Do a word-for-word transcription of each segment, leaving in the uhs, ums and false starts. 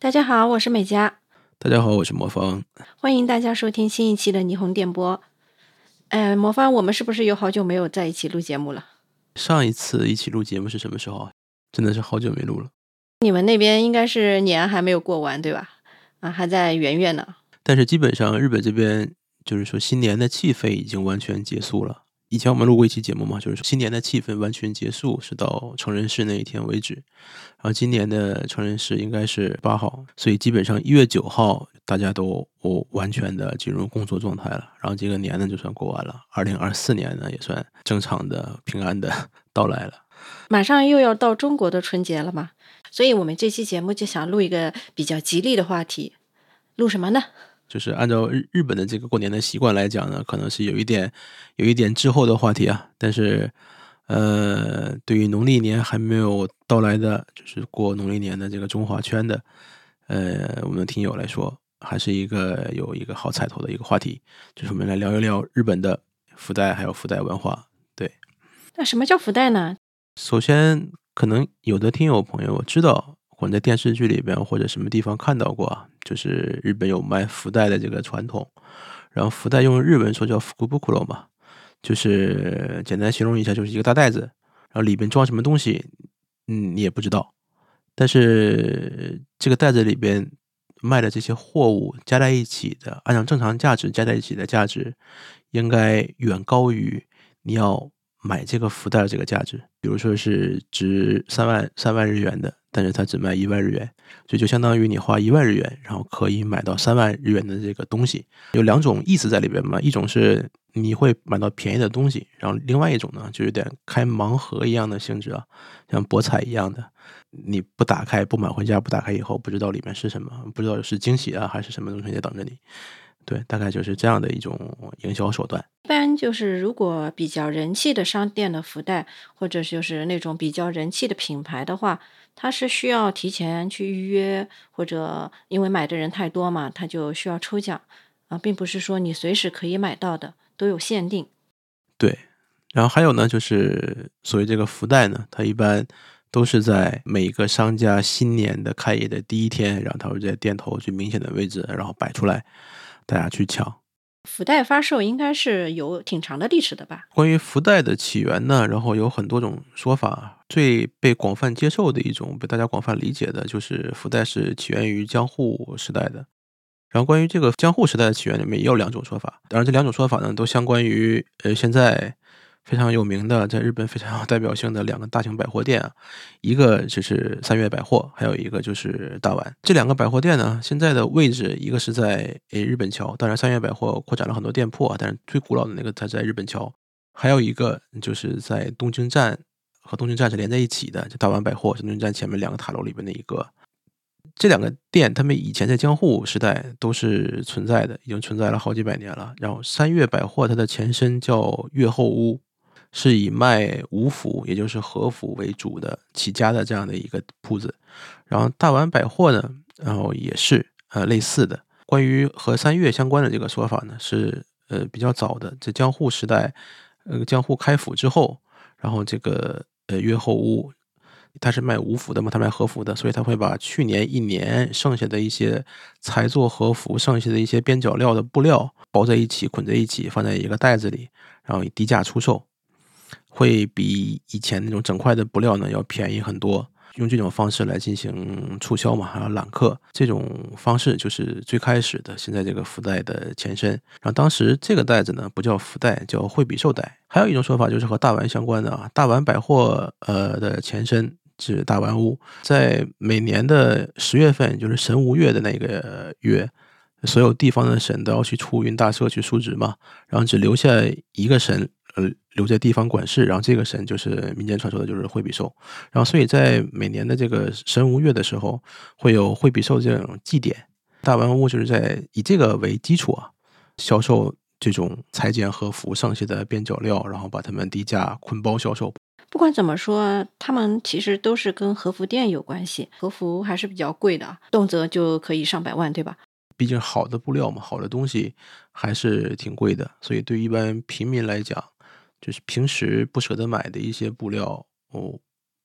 大家好，我是美嘉。 大家好，我是魔方。 欢迎大家收听新一期的霓虹电波。呃，魔方，我们是不是有好久没有在一起录节目了？ 上一次一起录节目是什么时候啊？真的是好久没录了。 你们那边应该是年还没有过完，对吧？啊，还在元月呢。 但是基本上日本这边就是说新年的气氛已经完全结束了。以前我们录过一期节目嘛，就是说新年的气氛完全结束是到成人式那一天为止。然后今年的成人式应该是八号，所以基本上一月九号大家都完全的进入工作状态了。然后这个年呢就算过完了，二零二四年呢也算正常的平安的到来了。 马上又要到中国的春节了嘛，所以我们这期节目就想录一个比较吉利的话题。录什么呢？ 就是按照日日本的这个过年的习惯来讲呢，可能是有一点有一点滞后的话题啊。但是，呃，对于农历年还没有到来的，就是过农历年的这个中华圈的，呃，我们的听友来说，还是一个有一个好彩头的一个话题，就是我们来聊一聊日本的福袋还有福袋文化。对， 那什么叫福袋呢？ 首先，可能有的听友朋友知道，或者在电视剧里边或者什么地方看到过啊，就是日本有卖福袋的这个传统。然后福袋用日文说叫福袋袋嘛，就是简单形容一下，就是一个大袋子，然后里边装什么东西，嗯，你也不知道。但是这个袋子里边卖的这些货物加在一起的，按照正常价值加在一起的价值，应该远高于你要买这个福袋这个价值。比如说是值三万三万日元的，但是它只卖一万日元，所以就相当于你花一万日元，然后可以买到三万日元的这个东西。有两种意思在里边嘛，一种是你会买到便宜的东西，然后另外一种呢，就有点开盲盒一样的性质啊，像博彩一样的，你不打开不买回家，不打开以后不知道里面是什么，不知道是惊喜啊还是什么东西在等着你。对，大概就是这样的一种营销手段。 一般就是如果比较人气的商店的福袋，或者就是那种比较人气的品牌的话，它是需要提前去预约，或者因为买的人太多嘛，它就需要抽奖啊，并不是说你随时可以买到的，都有限定。 对，然后还有呢，就是所谓这个福袋呢，它一般都是在每一个商家新年的开业的第一天，然后它会在店头最明显的位置，然后摆出来，大家去抢。 福袋发售应该是有挺长的历史的吧？ 关于福袋的起源呢，然后有很多种说法，最被广泛接受的一种，被大家广泛理解的就是福袋是起源于江户时代的。然后关于这个江户时代的起源里面也有两种说法，当然这两种说法呢都相关于呃现在非常有名的在日本非常有代表性的两个大型百货店啊，一个就是三越百货，还有一个就是大丸。这两个百货店呢，现在的位置一个是在诶日本桥，当然三越百货扩展了很多店铺啊，但是最古老的那个它在日本桥，还有一个就是在东京站，和东京站是连在一起的，就大丸百货是东京站前面两个塔楼里面的一个。这两个店他们以前在江户时代都是存在的，已经存在了好几百年了。然后三越百货它的前身叫越后屋，是以卖武服也就是和服为主的起家的这样的一个铺子。然后大丸百货呢，然后也是呃类似的。关于和三越相关的这个说法呢，是呃比较早的，在江户时代，呃江户开府之后，然后这个呃越后屋他是卖武服的嘛，他卖和服的，所以他会把去年一年剩下的一些裁做和服剩下的一些边角料的布料包在一起，捆在一起，放在一个袋子里，然后以低价出售，会比以前那种整块的布料呢要便宜很多。用这种方式来进行促销嘛，还有揽客，这种方式就是最开始的现在这个福袋的前身。然后当时这个袋子呢不叫福袋，叫惠比寿袋。还有一种说法就是和大丸相关的啊，大丸百货呃的前身是大丸屋，在每年的十月份，就是神无月的那个月，所有地方的神都要去出云大社去述职嘛，然后只留下一个神呃留在地方管事，然后这个神就是民间传说的就是惠比寿。然后所以在每年的这个神无月的时候，会有惠比寿这种祭典，大丸屋就是在以这个为基础啊，销售这种裁剪和服剩下的边角料，然后把它们低价捆包销售。 不管怎么说，他们其实都是跟和服店有关系，和服还是比较贵的，动辄就可以上百万，对吧？ 毕竟好的布料嘛，好的东西还是挺贵的，所以对于一般平民来讲，就是平时不舍得买的一些布料哦，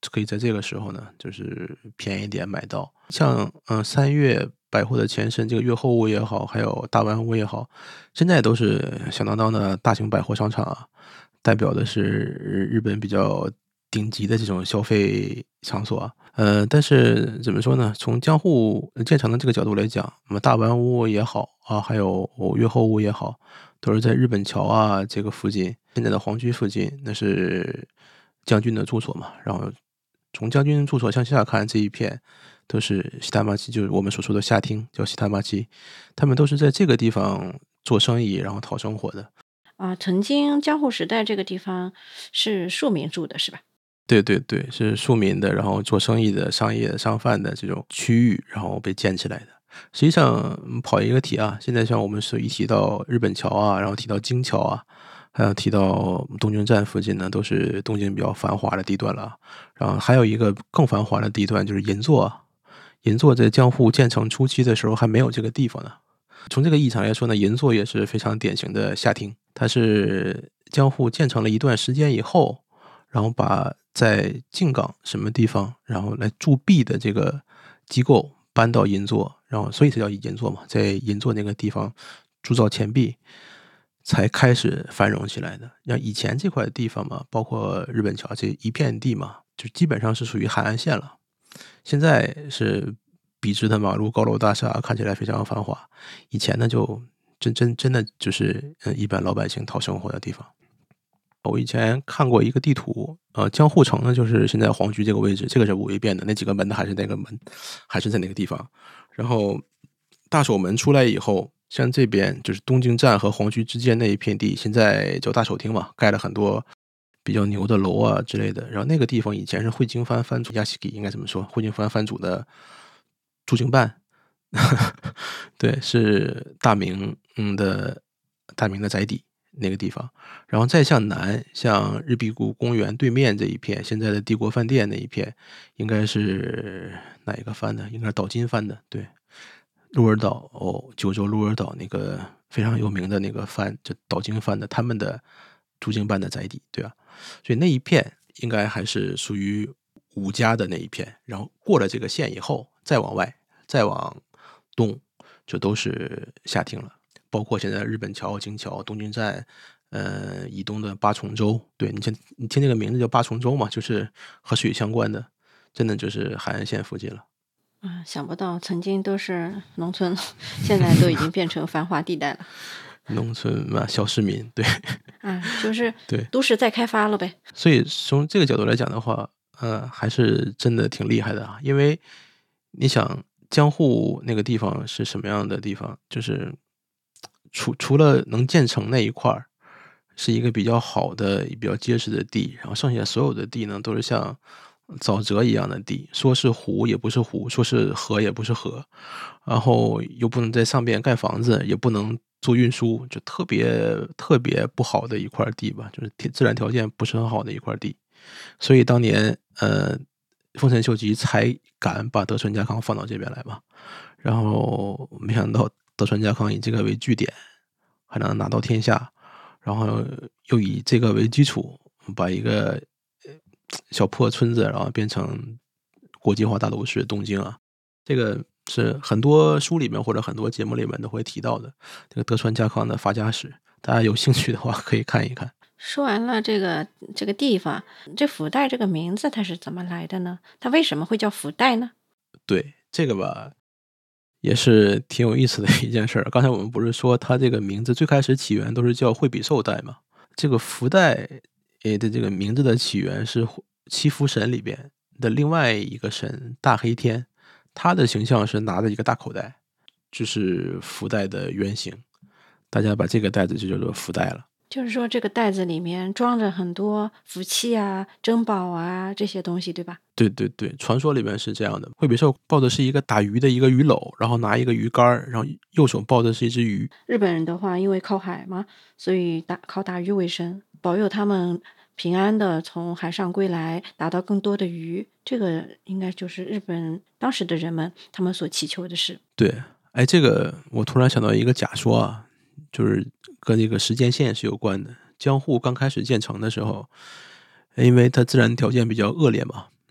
可以在这个时候呢，就是便宜点买到。像嗯三月百货的前身这个越后屋也好，还有大湾屋也好，现在都是响当当的大型百货商场啊，代表的是日本比较顶级的这种消费场所啊。呃，但是怎么说呢？从江户建成的这个角度来讲，那么大湾屋也好啊，还有越后屋也好，都是在日本桥啊这个附近，现在的皇居附近，那是将军的住所嘛。然后从将军住所向下看，这一片都是西大马基，就是我们所说的下町，叫西大马基，他们都是在这个地方做生意，然后讨生活的。 啊，曾经江户时代这个地方是庶民住的是吧？ 对对对，是庶民的，然后做生意的、商业商贩的这种区域，然后被建起来的。实际上跑一个题啊，现在像我们是一提到日本桥啊，然后提到京桥啊，还有提到东京站附近呢，都是东京比较繁华的地段了。然后还有一个更繁华的地段就是银座啊，银座在江户建成初期的时候还没有这个地方呢。从这个意义上来说呢，银座也是非常典型的下町，它是江户建成了一段时间以后，然后把在静冈什么地方，然后来铸币的这个机构搬到银座，然后所以才叫银座嘛，在银座那个地方铸造钱币，才开始繁荣起来的。像以前这块地方嘛，包括日本桥这一片地嘛，就基本上是属于海岸线了。现在是笔直的马路、高楼大厦，看起来非常繁华。以前呢，就真真真的就是一般老百姓讨生活的地方。我以前看过一个地图，呃，江户城呢就是现在皇居这个位置，这个是不会变的，那几个门还是那个门，还是在那个地方。然后大守门出来以后，像这边就是东京站和皇居之间那一片地，现在叫大手町嘛，盖了很多比较牛的楼啊之类的。然后那个地方以前是会津藩藩主亚西基，应该怎么说？会津藩藩主的驻京办，对，是大明嗯的大明的宅邸。那个地方，然后再向南，像日比谷公园对面这一片，现在的帝国饭店那一片，应该是哪一个藩的？应该是岛津藩的，对，鹿儿岛哦，九州鹿儿岛那个非常有名的那个藩，就岛津藩的，他们的驻京办的宅邸，对吧？所以那一片应该还是属于武家的那一片，然后过了这个线以后，再往外，再往东，就都是下町了。包括现在日本桥、京桥、东京站，呃，以东的八重洲，对，你听你听这个名字叫八重洲嘛，就是和水相关的，真的就是海岸线附近了。 啊，想不到曾经都是农村，现在都已经变成繁华地带了。 农村嘛，小市民，对， 啊，就是对， 都市再开发了呗。 所以从这个角度来讲的话，呃，还是真的挺厉害的啊，因为你想江户那个地方是什么样的地方，就是除除了能建成那一块儿是一个比较好的、比较结实的地，然后剩下所有的地呢都是像沼泽一样的地，说是湖也不是湖，说是河也不是河，然后又不能在上边盖房子，也不能做运输，就特别特别不好的一块地吧，就是自然条件不是很好的一块地。所以当年呃，丰臣秀吉才敢把德川家康放到这边来嘛，然后没想到德川家康以这个为据点，还能拿到天下，然后又以这个为基础，把一个小破村子，然后变成国际化大都市东京啊。这个是很多书里面或者很多节目里面都会提到的，这个德川家康的发家史，大家有兴趣的话可以看一看。 说完了这个这个地方，这福袋这个名字它是怎么来的呢？它为什么会叫福袋呢？ 对，这个吧，也是挺有意思的一件事儿。刚才我们不是说它这个名字最开始起源都是叫惠比寿袋吗？这个福袋的这个名字的起源是七福神里边的另外一个神大黑天，他的形象是拿着一个大口袋，就是福袋的原型。大家把这个袋子就叫做福袋了。 就是说这个袋子里面装着很多福气啊、珍宝啊这些东西，对吧？ 对对对，传说里面是这样的，惠比寿抱的是一个打鱼的一个鱼篓，然后拿一个鱼竿，然后右手抱的是一只鱼。 日本人的话，因为靠海嘛，所以打靠打鱼为生，保佑他们平安的从海上归来，打到更多的鱼。这个应该就是日本当时的人们他们所祈求的事。 对，哎，这个我突然想到一个假说啊，就是跟这个时间线是有关的。江户刚开始建成的时候，因为它自然条件比较恶劣嘛，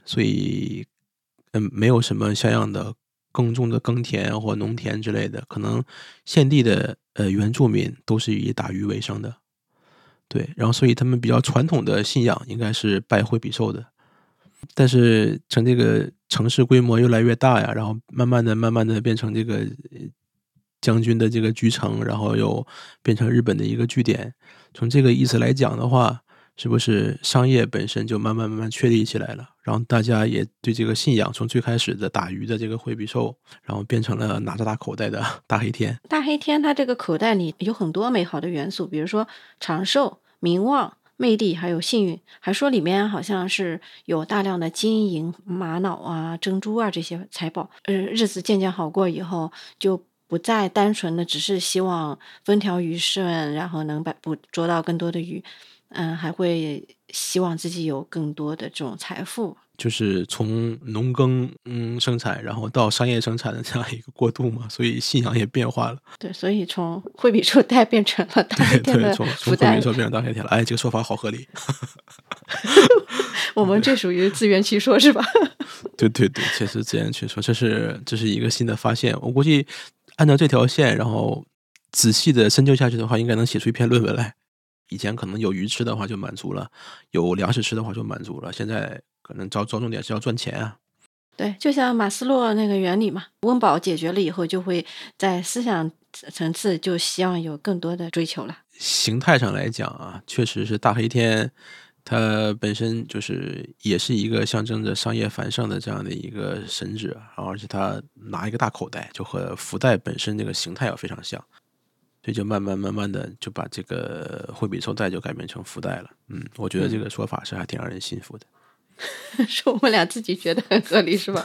所以嗯，没有什么像样的耕种的耕田或农田之类的，可能现地的呃原住民都是以打鱼为生的。对，然后所以他们比较传统的信仰应该是拜惠比寿的。但是趁这个城市规模越来越大呀，然后慢慢的、慢慢的变成这个将军的这个居城，然后又变成日本的一个据点。从这个意思来讲的话，是不是商业本身就慢慢慢慢确立起来了？然后大家也对这个信仰，从最开始的打鱼的这个惠比寿，然后变成了拿着大口袋的大黑天。 大黑天它这个口袋里有很多美好的元素，比如说长寿、名望、魅力，还有幸运，还说里面好像是有大量的金银、玛瑙啊、珍珠啊这些财宝。呃，日子渐渐好过以后，就不再单纯的只是希望风调雨顺，然后能把捕捉到更多的鱼，嗯，还会希望自己有更多的这种财富。 就是从农耕嗯生产，然后到商业生产的这样一个过渡嘛，所以信仰也变化了。 对，所以从惠比寿带变成了大黑对对， 天的从从福袋了。 惠比寿变成大黑天了。哎，这个说法好合理。 我们这属于自圆其说是吧？ 对对对，确实自圆其说，这是这是一个新的发现。我估计按照这条线，然后仔细的深究下去的话，应该能写出一篇论文来。以前可能有鱼吃的话就满足了，有粮食吃的话就满足了，现在可能着着重点是要赚钱啊。 对，就像马斯洛那个原理嘛，温饱解决了以后，就会在思想层次就希望有更多的追求了。 形态上来讲啊，确实是大黑天，它本身就是也是一个象征着商业繁盛的这样的一个神祇，然后而且它拿一个大口袋，就和福袋本身这个形态要非常像，所以就慢慢慢慢的就把这个惠比寿袋就改变成福袋了。嗯，我觉得这个说法是还挺让人信服的。 是我们俩自己觉得很合理是吧？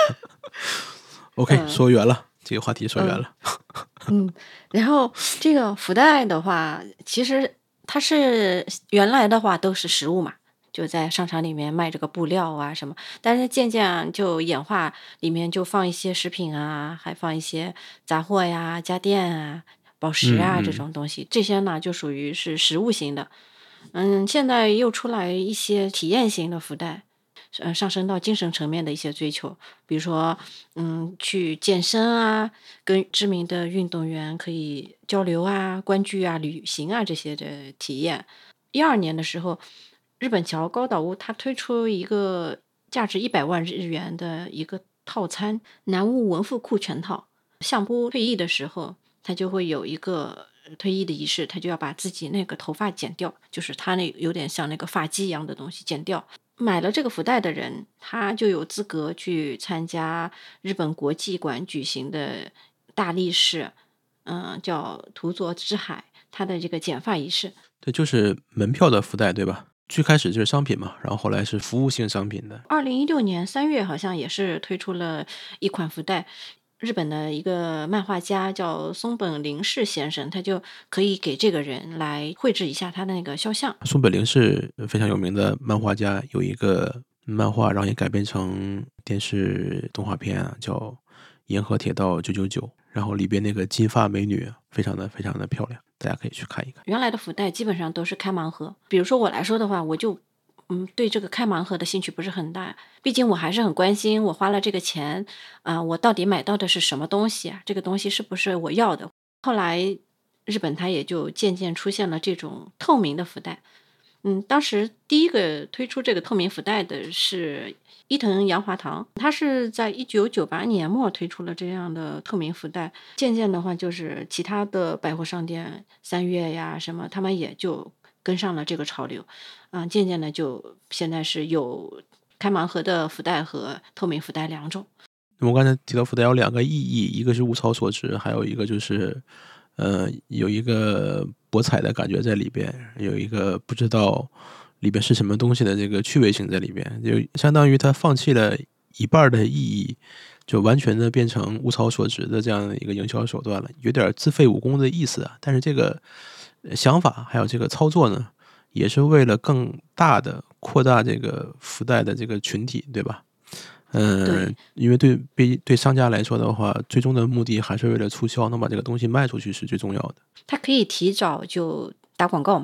OK，、 嗯、 说远了，这个话题说远了。 嗯，然后这个福袋的话，其实它是原来的话都是食物嘛，就在商场里面卖这个布料啊什么，但是渐渐就演化，里面就放一些食品啊，还放一些杂货呀、家电啊、宝石啊这嗯嗯， 种东西，这些呢就属于是实物型的。嗯，现在又出来一些体验型的福袋。呃，上升到精神层面的一些追求，比如说，嗯，去健身啊，跟知名的运动员可以交流啊、观剧啊、旅行啊这些的体验。一二年的时候，日本桥高岛屋它推出一个价值一百万日元的一个套餐，南屋文富库全套。相扑退役的时候，他就会有一个退役的仪式，他就要把自己那个头发剪掉，就是他那有点像那个发髻一样的东西剪掉。买了这个福袋的人，他就有资格去参加日本国际馆举行的大力士，嗯，叫土佐之海，他的这个剪发仪式。 这就是门票的福袋对吧？最开始就是商品嘛，然后后来是服务性商品的。 二零一六年三月好像也是推出了一款福袋，日本的一个漫画家叫松本零士先生，他就可以给这个人来绘制一下他的那个肖像。 松本零士非常有名的漫画家，有一个漫画，然后也改编成电视动画片啊，叫《银河铁道九九九》，然后里边那个金发美女非常的非常的漂亮，大家可以去看一看。 原来的福袋基本上都是开盲盒，比如说我来说的话，我就嗯对这个开盲盒的兴趣不是很大，毕竟我还是很关心，我花了这个钱啊、我到底买到的是什么东西啊？这个东西是不是我要的？后来日本它也就渐渐出现了这种透明的福袋。嗯，当时第一个推出这个透明福袋的是伊藤洋华堂，它是在一九九八年末推出了这样的透明福袋。渐渐的话，就是其他的百货商店，三月呀什么，他们也就跟上了这个潮流。嗯，渐渐的就现在是有开盲盒的福袋和透明福袋两种。 我刚才提到福袋有两个意义，一个是物超所值，还有一个就是，呃，有一个博彩的感觉在里边，有一个不知道里边是什么东西的这个趣味性在里边，就相当于他放弃了一半的意义，就完全的变成物超所值的这样的一个营销手段了，有点自废武功的意思啊。但是这个想法还有这个操作呢，也是为了更大的扩大这个福袋的这个群体，对吧？嗯，因为对对对商家来说的话，最终的目的还是为了促销，能把这个东西卖出去是最重要的。 它可以提早就打广告嘛。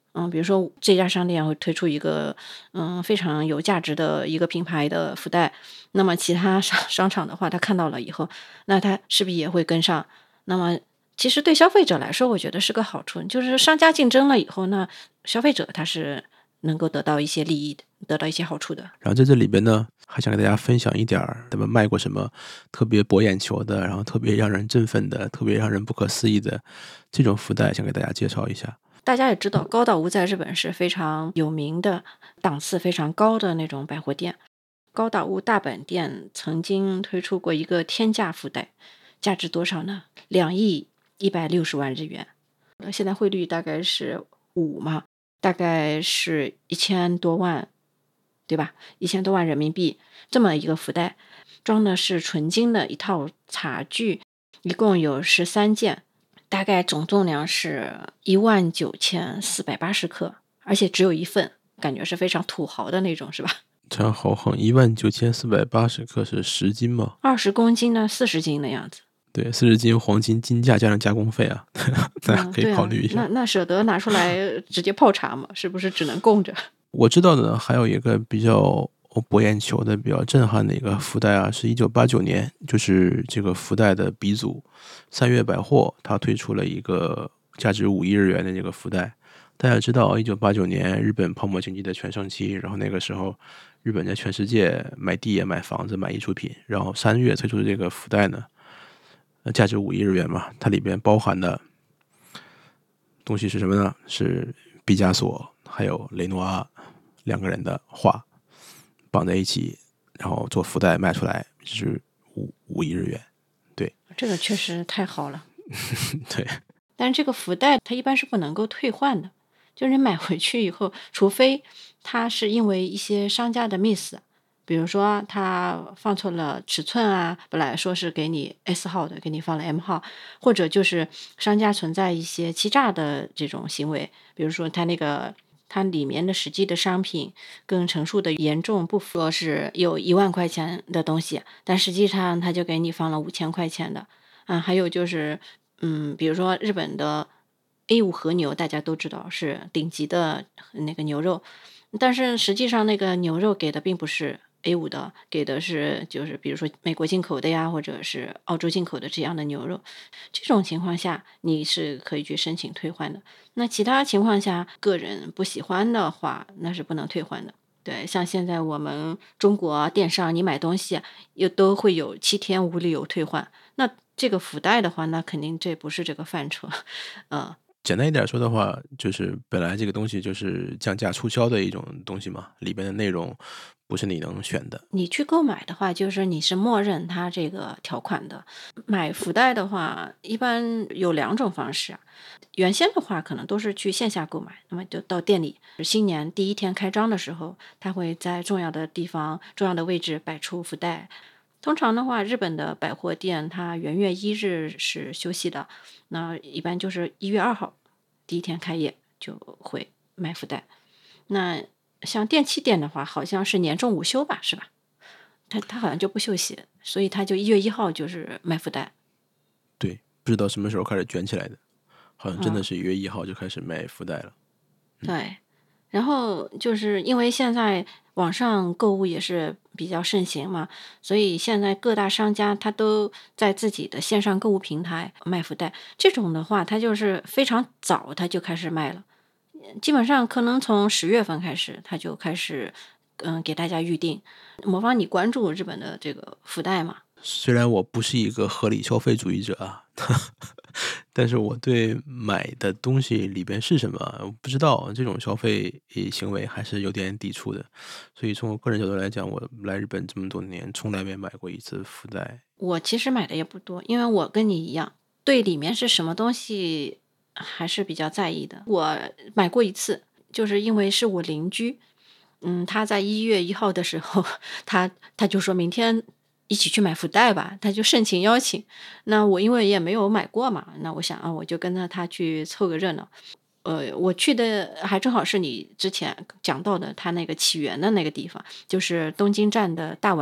嗯，比如说这家商店会推出一个嗯非常有价值的一个品牌的福袋，那么其他商商场的话，他看到了以后，那他是不是也会跟上？那么其实对消费者来说，我觉得是个好处，就是商家竞争了以后，那消费者他是能够得到一些利益的，得到一些好处的。 然后在这里边呢，还想给大家分享一点儿，咱们卖过什么特别博眼球的，然后特别让人振奋的，特别让人不可思议的这种福袋，想给大家介绍一下。 大家也知道，高岛屋在日本是非常有名的、档次非常高的那种百货店。高岛屋大本店曾经推出过一个天价福袋，价值多少呢？两亿一百六十万日元。呃现在汇率大概是五嘛，大概是一千多万，对吧？一千多万人民币，这么一个福袋，装的是纯金的一套茶具，一共有十三件。大概总重量是一万九千四百八十克，而且只有一份，感觉是非常土豪的那种，是吧？ 这样豪横，一万九千四百八十克是十斤吗？ 二十公斤呢，四十斤的样子。 对，四十斤黄金金价加上加工费啊，大家嗯， 可以对啊， 考虑一下。 那那舍得拿出来直接泡茶吗？是不是只能供着？ 我知道的呢，还有一个比较博眼球的、比较震撼的一个福袋啊，是一九八九年，就是这个福袋的鼻祖三月百货，它推出了一个价值五亿日元的这个福袋。大家知道，一九八九年日本泡沫经济的全盛期，然后那个时候日本在全世界买地、买房子、买艺术品，然后三月推出的这个福袋呢，呃价值五亿日元嘛，它里边包含的东西是什么呢？是毕加索还有雷诺阿两个人的画绑在一起，然后做福袋卖出来，是五五亿日元。对， 这个确实太好了。 对， 但是这个福袋它一般是不能够退换的，就是你买回去以后，除非它是因为一些商家的 miss，比如说他放错了尺寸啊，本来说是给你 S 号的，给你放了 M 号，或者就是商家存在一些欺诈的这种行为，比如说他那个它里面的实际的商品跟陈述的严重不符，说是有一万块钱的东西，但实际上他就给你放了五千块钱的。啊，还有就是，嗯，比如说日本的 A 五和牛，大家都知道是顶级的那个牛肉，但是实际上那个牛肉给的并不是 A 五的，给的是就是比如说美国进口的呀，或者是澳洲进口的这样的牛肉。这种情况下，你是可以去申请退换的。那其他情况下，个人不喜欢的话，那是不能退换的。对，像现在我们中国电商，你买东西又都会有七天无理由退换。那这个福袋的话，那肯定这不是这个范畴，呃， 简单一点说的话，就是本来这个东西就是降价促销的一种东西嘛，里边的内容不是你能选的。 你去购买的话，就是你是默认它这个条款的。买福袋的话，一般有两种方式啊。原先的话，可能都是去线下购买，那么就到店里，新年第一天开张的时候，它会在重要的地方、重要的位置摆出福袋。通常的话，日本的百货店它元月一日是休息的，那一般就是一月二号第一天开业就会卖福袋。那像电器店的话，好像是年中午休吧，是吧？他他好像就不休息，所以他就一月一号就是卖福袋。 对，不知道什么时候开始卷起来的，好像真的嗯， 是一月一号就开始卖福袋了。 对。然后就是因为现在网上购物也是比较盛行嘛，所以现在各大商家他都在自己的线上购物平台卖福袋。这种的话，它就是非常早，它就开始卖了。基本上可能从十月份开始，他就开始嗯给大家预定。魔方，你关注日本的这个福袋吗？ 虽然我不是一个合理消费主义者啊，但是我对买的东西里边是什么，我不知道，这种消费呃行为还是有点抵触的。所以从我个人角度来讲，我来日本这么多年，从来没买过一次福袋。 我其实买的也不多，因为我跟你一样，对里面是什么东西还是比较在意的。我买过一次，就是因为是我邻居，嗯，他在一月一号的时候，他他就说明天一起去买福袋吧，他就盛情邀请。那我因为也没有买过嘛，那我想啊，我就跟着他去凑个热闹。呃，我去的还正好是你之前讲到的他那个起源的那个地方，就是东京站的大丸百货。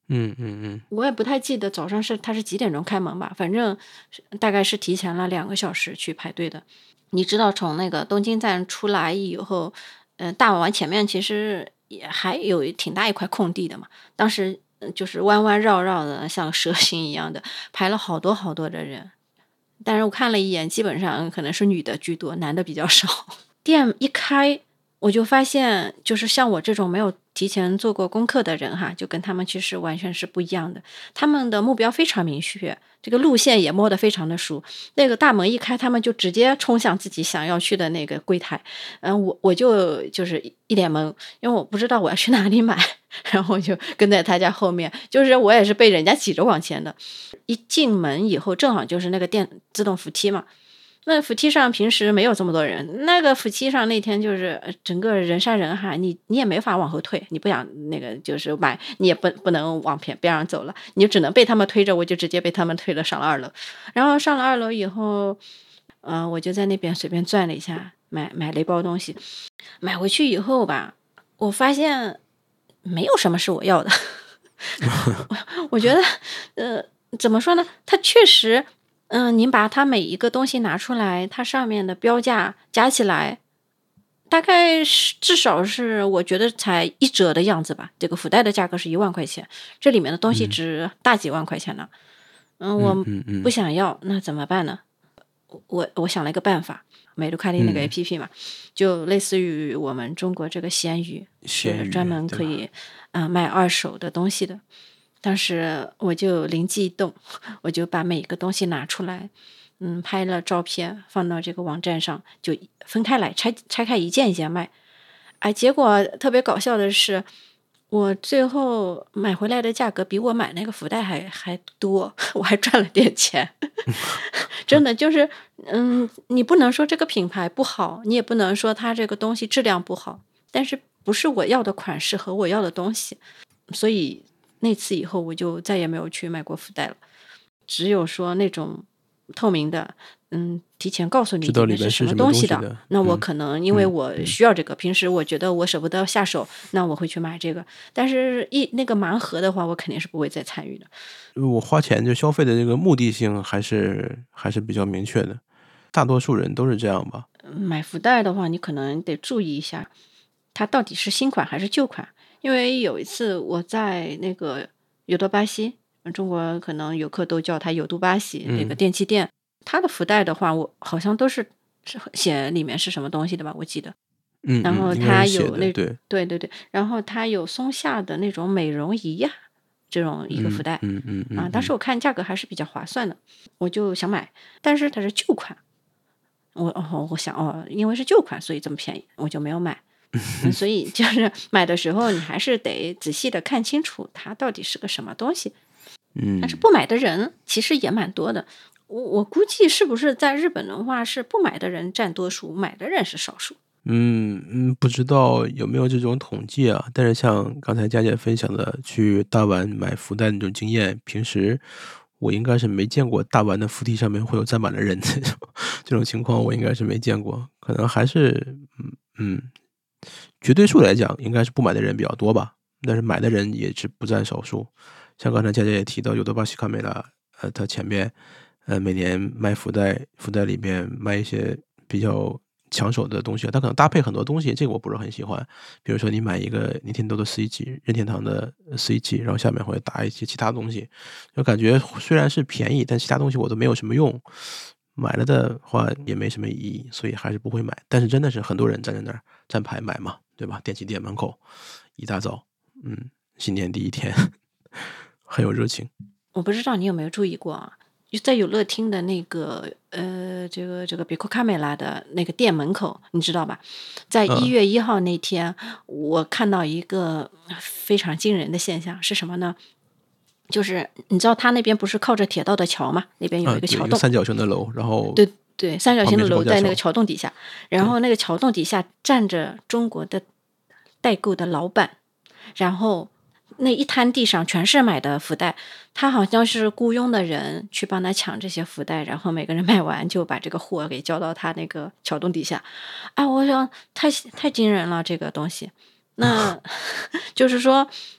嗯嗯嗯， 我也不太记得早上是它是几点钟开门吧，反正大概是提前了两个小时去排队的。你知道从那个东京站出来以后，嗯、大丸前面其实也还有挺大一块空地的嘛，当时呃就是弯弯绕绕的，像蛇形一样的排了好多好多的人。但是我看了一眼，基本上可能是女的居多，男的比较少。店一开，我就发现，就是像我这种没有提前做过功课的人哈，就跟他们其实完全是不一样的。他们的目标非常明确，这个路线也摸得非常的熟。那个大门一开，他们就直接冲向自己想要去的那个柜台。嗯，我我就就是一脸懵，因为我不知道我要去哪里买，然后我就跟在他家后面，就是我也是被人家挤着往前的。一进门以后，正好就是那个电自动扶梯嘛。那扶梯上平时没有这么多人，那个扶梯上那天就是呃整个人山人海，你你也没法往后退，你不想那个就是买，你也不不能往边边上走了，你就只能被他们推着，我就直接被他们推了上了二楼。然后上了二楼以后，嗯、呃，我就在那边随便转了一下，买买了一包东西，买回去以后吧，我发现没有什么是我要的。我我觉得，呃，怎么说呢？它确实，嗯、您把它每一个东西拿出来，它上面的标价加起来，大概是至少是我觉得才一折的样子吧。这个福袋的价格是一万块钱，这里面的东西嗯值大几万块钱呢。嗯， 嗯我不嗯嗯想要，那怎么办呢？我我想了一个办法，美卢卡利那个嗯， A P P 嘛，就类似于我们中国这个闲鱼， 闲鱼是专门对吧？ 可以啊、呃卖二手的东西的。当时我就灵机一动，我就把每一个东西拿出来，嗯，拍了照片放到这个网站上，就分开来拆拆开一件一件卖。哎，结果特别搞笑的是，我最后买回来的价格比我买那个福袋还还多，我还赚了点钱。真的就是，嗯，你不能说这个品牌不好，你也不能说它这个东西质量不好，但是不是我要的款式和我要的东西，所以那次以后我就再也没有去买过福袋了。只有说那种透明的，嗯，提前告诉你知道里里面是什么面是什么东西的， 东西的， 那我嗯可能因为嗯我嗯。 需要这个，平时我觉得我舍不得下手，那我会去买这个。但是一那个盲盒的话，我肯定是不会再参与的。 我花钱就消费的这个目的性还是还是比较明确的，大多数人都是这样吧。 买福袋的话，你可能得注意一下，它到底是新款还是旧款。因为有一次我在那个有多巴西，呃中国可能游客都叫它有都巴西那个嗯电器店，它的福袋的话，我好像都是是写里面是什么东西的吧，我记得。然嗯嗯，应该是后它写的， 有那对， 对对对，然后它有松下的那种美容仪呀，这种一个福嗯袋嗯嗯啊， 嗯嗯当时我看价格还是比较划算的，我就想买，但是它是旧款，我哦，我想哦，因为是旧款，所以这么便宜，我就没有买。嗯，所以就是买的时候，你还是得仔细的看清楚它到底是个什么东西。但是嗯不买的人其实也蛮多的，我我估计是不是在日本的话，是不买的人占多数，买的人是少数。 嗯嗯，不知道有没有这种统计啊？但是像刚才佳姐分享的去大丸买福袋那种经验，平时我应该是没见过大丸的扶梯上面会有站满了人的这种这种情况，我应该是没见过，可能还是嗯嗯，绝对数来讲，应该是不买的人比较多吧，但是买的人也是不占少数。像刚才佳佳也提到，有的巴西卡梅拉，呃，它前面，呃，每年卖福袋，福袋里面卖一些比较抢手的东西，它可能搭配很多东西，这个我不是很喜欢。比如说你买一个 Nintendo 的 Switch，任天堂的 Switch，然后下面会搭一些其他东西，就感觉虽然是便宜，但其他东西我都没有什么用，买了的话也没什么意义，所以还是不会买。但是真的是很多人站在那儿站牌买嘛，对吧？电器店门口一大早，嗯，新年第一天很有热情。 我不知道你有没有注意过啊？就在有乐町的那个呃，这个这个比库卡梅拉的那个店门口，你知道吧？在一嗯月一号那天，我看到一个非常惊人的现象是什么呢？就是你知道他那边不是靠着铁道的桥嘛？那边有啊，对， 一个桥洞， 一个三角形的楼，然后对对，三角形的旁边是高架楼在那个桥。 桥洞底下，然对， 后那个桥洞底下站着中国的代购的老板，然后那一摊地上全是买的福袋，他好像是雇佣的人去帮他抢这些福袋，然后每个人买完就把这个货给交到他那个桥洞底下。哎，我想太太惊人了，这个东西。那就是说，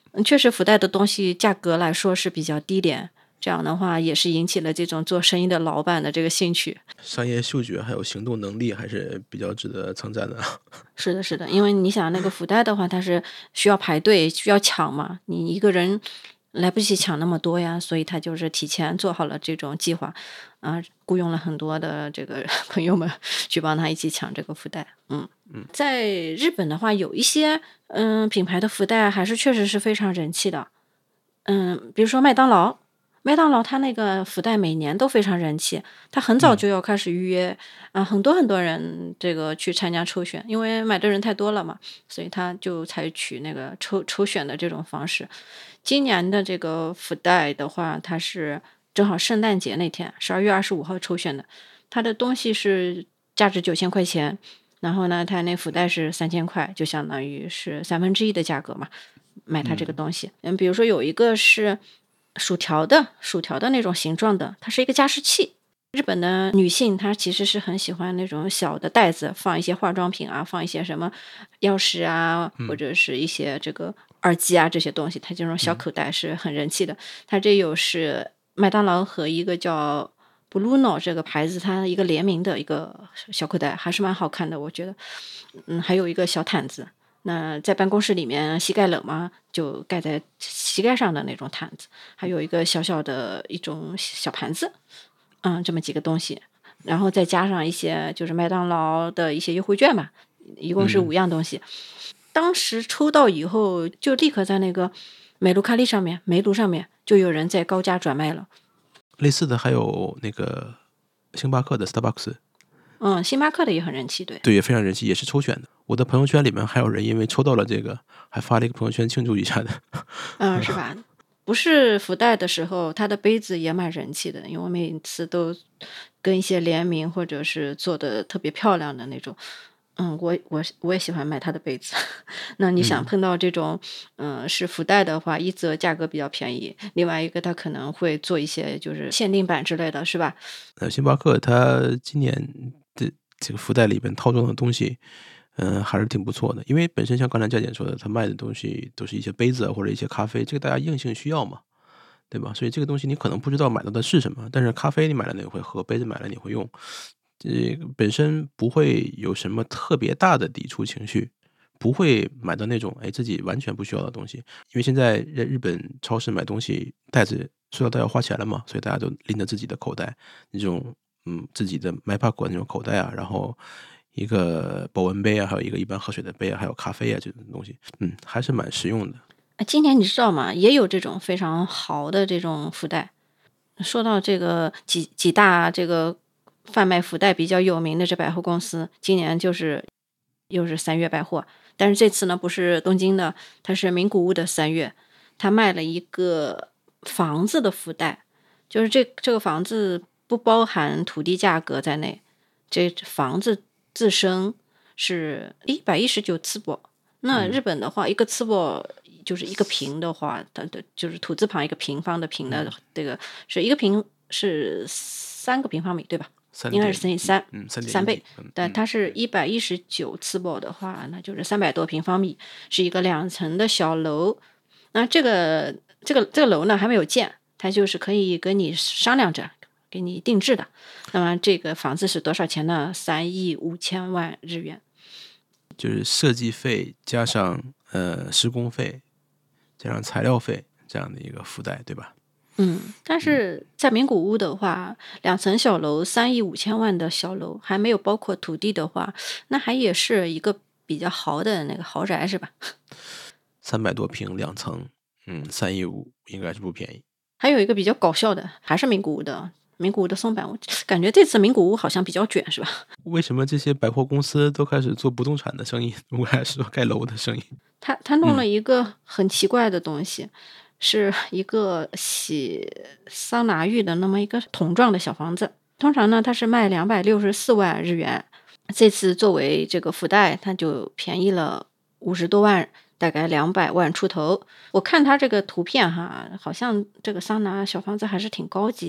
嗯，确实福袋的东西价格来说是比较低廉，这样的话也是引起了这种做生意的老板的这个兴趣。 商业嗅觉还有行动能力还是比较值得称赞的。 是的，是的，因为你想那个福袋的话，它是需要排队，需要抢嘛，你一个人来不及抢那么多呀，所以他就是提前做好了这种计划，啊，雇佣了很多的这个朋友们去帮他一起抢这个福袋。嗯嗯， 在日本的话，有一些嗯品牌的福袋还是确实是非常人气的。嗯，比如说麦当劳，麦当劳它那个福袋每年都非常人气，它很早嗯就要开始预约，啊、很多很多人这个去参加抽选，因为买的人太多了嘛，所以他就采取那个抽抽选的这种方式。今年的这个福袋的话，它是正好圣诞节那天，十二月二十五号抽选的，它的东西是价值九千块钱，然后呢，它那福袋是三千块，就相当于是三分之一的价格嘛。买它这个嗯东西。嗯，比如说有一个是薯条的，薯条的那种形状的，它是一个加湿器。日本的女性她其实是很喜欢那种小的袋子，放一些化妆品啊，放一些什么钥匙啊，或嗯者是一些这个耳机啊这些东西，它这种小嗯口袋是很人气的。它这有是麦当劳和一个叫 Bruno 这个牌子，它一个联名的一个小口袋，还是蛮好看的，我觉得。嗯，还有一个小毯子。那在办公室里面，膝盖冷嘛，就盖在膝盖上的那种毯子，还有一个小小的一种小盘子，嗯，这么几个东西，然后再加上一些就是麦当劳的一些优惠券吧，一共是嗯， 五样东西。当时抽到以后，就立刻在那个美卢卡利上面、梅卢上面就有人在高价转卖了。 类似的还有那个星巴克的 Starbucks， 嗯，星巴克的也很人气，对。 对，也非常人气，也是抽选的。我的朋友圈里面还有人因为抽到了这个，还发了一个朋友圈庆祝一下的。 嗯，是吧？不是福袋的时候，它的杯子也蛮人气的，因为每次都跟一些联名或者是做的特别漂亮的那种。嗯，我我我也喜欢买它的杯子。那你想嗯， 碰到这种，嗯，是福袋的话，一则价格比较便宜，另外一个它可能会做一些就是限定版之类的，是吧？ 呃，星巴克它今年的这个福袋里边套装的东西，嗯、还是挺不错的。因为本身像刚才佳姐说的，它卖的东西都是一些杯子啊或者一些咖啡，这个大家硬性需要嘛，对吧？所以这个东西你可能不知道买到的是什么，但是咖啡你买了你会喝，杯子买了你会用，这个本身不会有什么特别大的抵触情绪，不会买到那种哎自己完全不需要的东西。因为现在在日本超市买东西，袋子塑料袋要花钱了嘛，所以大家都拎着自己的口袋，那种嗯自己的 m y p a c 那种口袋啊，然后一个保温杯啊，还有一个一般喝水的杯啊，还有咖啡啊这种东西，嗯，还是蛮实用的。 哎，今年你知道吗？也有这种非常好的这种福袋。说到这个几几大这个贩卖福袋比较有名的这百货公司，今年就是又是三月百货，但是这次呢不是东京的，它是名古屋的三月，它卖了一个房子的福袋，就是这这个房子不包含土地价格在内，这房子自身是一百一十九次宝。那日嗯本的话，一个次宝就是一个平的话，它的就是土字旁一个平方的平的嗯， 这个是一个平是三个平方米，对吧？应该三点是乘以三嗯三点三倍。 一可能但嗯它是一百一十九次宝的话，那就是三百多平方米，是一个两层的小楼。那这个这个这个楼呢还没有建，它就是可以跟你商量着给你定制的。那么这个房子是多少钱呢？三亿五千万日元。 就是设计费加上呃施工费加上材料费这样的一个附带，对吧？ 嗯，但是在名古屋的话，两层小楼三亿五千万的小楼，还没有包括土地的话，那还也是一个比较豪的那个豪宅，是吧？ 三百多平两层，嗯，三亿五应该是不便宜。 还有一个比较搞笑的，还是名古屋的，名古屋的松坂，我感觉这次名古屋好像比较卷，是吧？ 为什么这些百货公司都开始做不动产的生意，我还是说盖楼的生意？ 他他弄了嗯一个很奇怪的东西，是一个洗桑拿浴的那么一个桶状的小房子。通常呢，它是卖两百六十四万日元，这次作为这个福袋，它就便宜了五十多万，大概两百万出头。我看它这个图片哈，好像这个桑拿小房子还是挺高级的。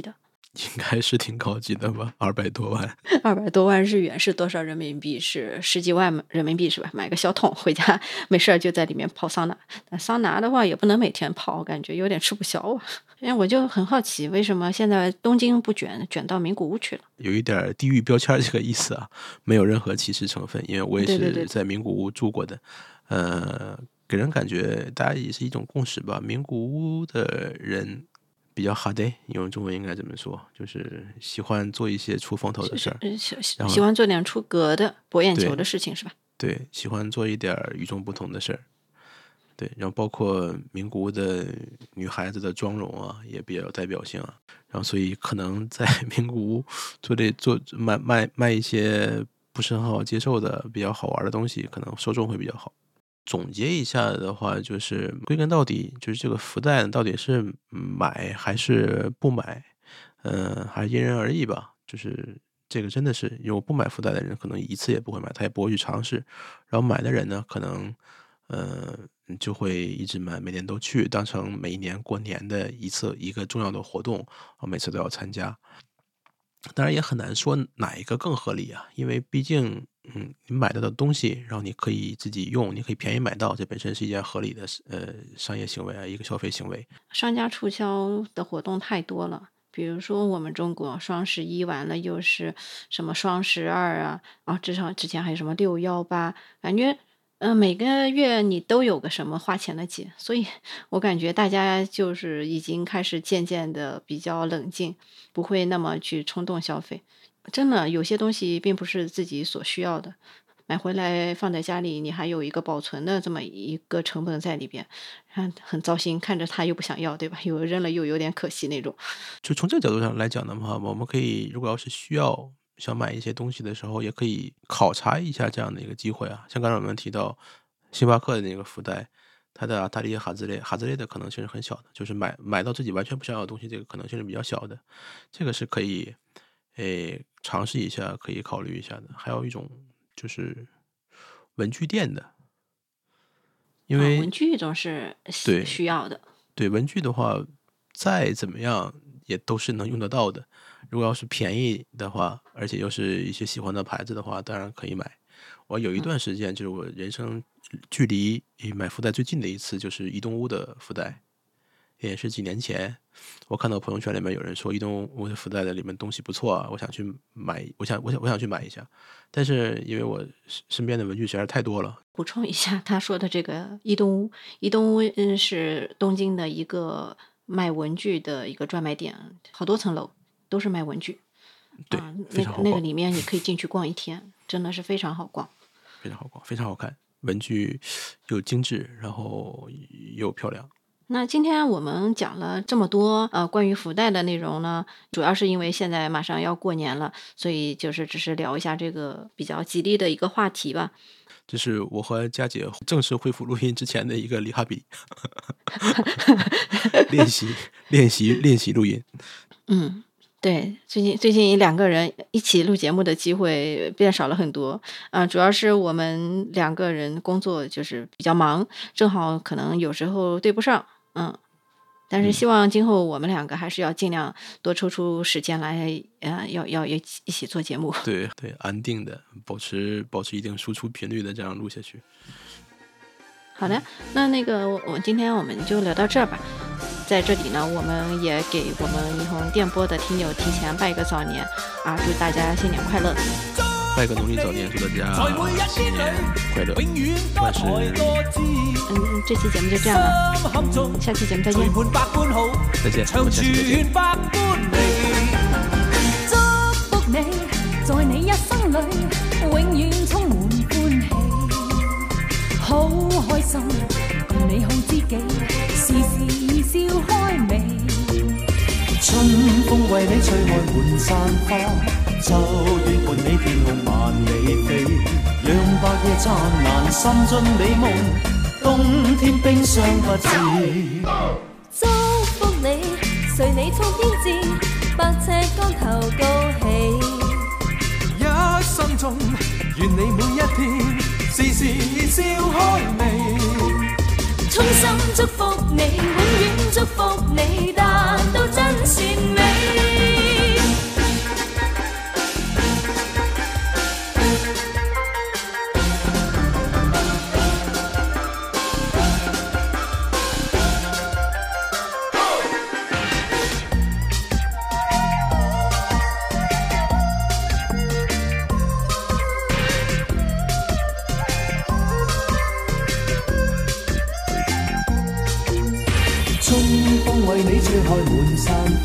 应该是挺高级的吧，二百多万。 二百多万日元是多少人民币？是十几万人民币是吧？买个小桶回家，没事儿就在里面泡桑拿。但桑拿的话也不能每天泡，我感觉有点吃不消啊。哎，我就很好奇，为什么现在东京不卷，卷到名古屋去了？ 有一点地域标签这个意思啊，没有任何歧视成分，因为我也对对对是在名古屋住过的。呃，给人感觉大家也是一种共识吧，名古屋的人比较哈呆，用中文应该怎么说？就是喜欢做一些出风头的事儿， 呃喜然后喜欢做点出格的、博眼球对的事情是吧？ 对，喜欢做一点儿与众不同的事儿。对，然后包括名古屋的女孩子的妆容啊，也比较有代表性啊。然后所以可能在名古屋做这做卖卖卖一些不是很好接受的、比较好玩的东西，可能受众会比较好。总结一下的话，就是归根到底，就是这个福袋到底是买还是不买，嗯，还是因人而异吧。就是这个真的是，有不买福袋的人，可能一次也不会买，他也不会去尝试。然后买的人呢，可能呃就会一直买，每年都去，当成每一年过年的一次一个重要的活动，每次都要参加。当然也很难说哪一个更合理啊，因为毕竟，嗯，你买到的东西，然后你可以自己用，你可以便宜买到，这本身是一件合理的呃商业行为啊，一个消费行为。 商家促销的活动太多了，比如说我们中国双十一完了又是什么双十二啊，啊，至少之前还有什么六幺八，感觉呃每个月你都有个什么花钱的节，所以我感觉大家就是已经开始渐渐的比较冷静，不会那么去冲动消费。真的有些东西并不是自己所需要的，买回来放在家里，你还有一个保存的这么一个成本在里边，很很糟心，看着它又不想要，对吧？有扔了又有点可惜那种。 就从这个角度上来讲的话，我们可以如果要是需要想买一些东西的时候，也可以考察一下这样的一个机会啊。像刚才我们提到星巴克的那个福袋，它的阿塔利哈兹类哈兹类的可能性是很小的，就是买买到自己完全不想要的东西，这个可能性是比较小的，这个是可以诶尝试一下，可以考虑一下的。还有一种就是文具店的，因啊， 为文具总是需对需要的。 对文具的话，再怎么样也都是能用得到的。如果要是便宜的话，而且又是一些喜欢的牌子的话，当然可以买。我有一段时间，就是我人生距离买福袋最近的一次，就是移动屋的福袋，也是几年前。我看到朋友圈里面有人说移动屋的福袋的里面东西不错啊，我想去买，我想我想我想去买一下。但是因为我身边的文具实在是太多了。 补充一下，他说的这个移动屋，移动屋嗯是东京的一个卖文具的一个专卖店，好多层楼都是卖文具。 对， 啊， 非常好逛。 那个那个里面你可以进去逛一天，真的是非常好逛。 非常好逛，非常好看，文具又精致，然后又漂亮。 那今天我们讲了这么多呃关于福袋的内容呢，主要是因为现在马上要过年了，所以就是只是聊一下这个比较吉利的一个话题吧。 这是我和佳姐正式恢复录音之前的一个里哈比练习练习练习录音。 嗯，对，最近最近两个人一起录节目的机会变少了很多，啊、主要是我们两个人工作就是比较忙，正好可能有时候对不上，嗯，但是希望今后我们两个还是要尽量多抽出时间来，呃，要要一起一起做节目。 对对，安定的保持保持一定输出频率的这样录下去。 好的，那那个我我今天我们就聊到这儿吧。在这里呢，我们也给我们霓虹电波的听友提前拜个早年啊，祝大家新年快乐！ 拜个农历早年，祝大家新年快乐，万事如意。 嗯，这期节目就这样了，嗯，下期节目再见。 再见，我们下期再见。 祝福你，在你一生里永遠充滿歡喜，好開心，共你好知己，時時笑開眉。春風為你吹開滿山花，秋月伴你天空萬里飛，讓白夜燦爛，滲進美夢，冬天冰霜不知。祝福你，隨你衝天志，百尺竿頭高起。一生中，願你每一天，時時笑開眉。衷心祝福你，永遠祝福你，達到真善美。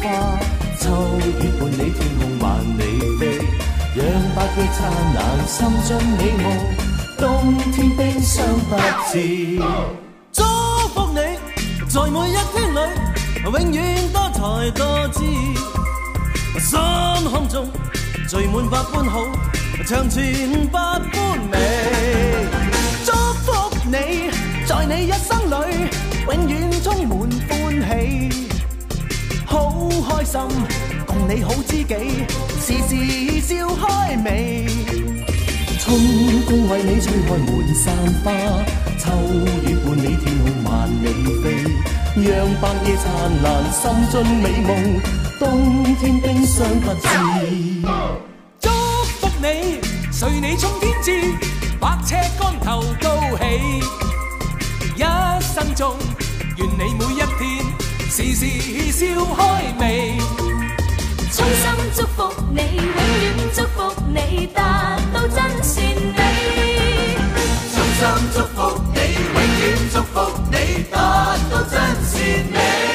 花，秋雨伴你天空萬里飛，讓百夜燦爛，心中美夢，冬天冰霜不至。祝福你，在每一天裏，永遠多才多姿，心胸中聚滿百般好，長存百般美。祝福你，在你一生裏，永遠充滿歡喜，好開心，共你好知己，時時笑開眉。春風為你吹開滿山花，秋雨伴你天空萬里飛，讓百夜燦爛，心盡美夢，冬天冰霜不至。 祝福你，隨你衝天志，百尺竿頭高起，一生中願你每一天時時笑開眉。 衷心祝福你，永遠祝福你，達到真善美。 衷心祝福你，永遠祝福你，達到真善美。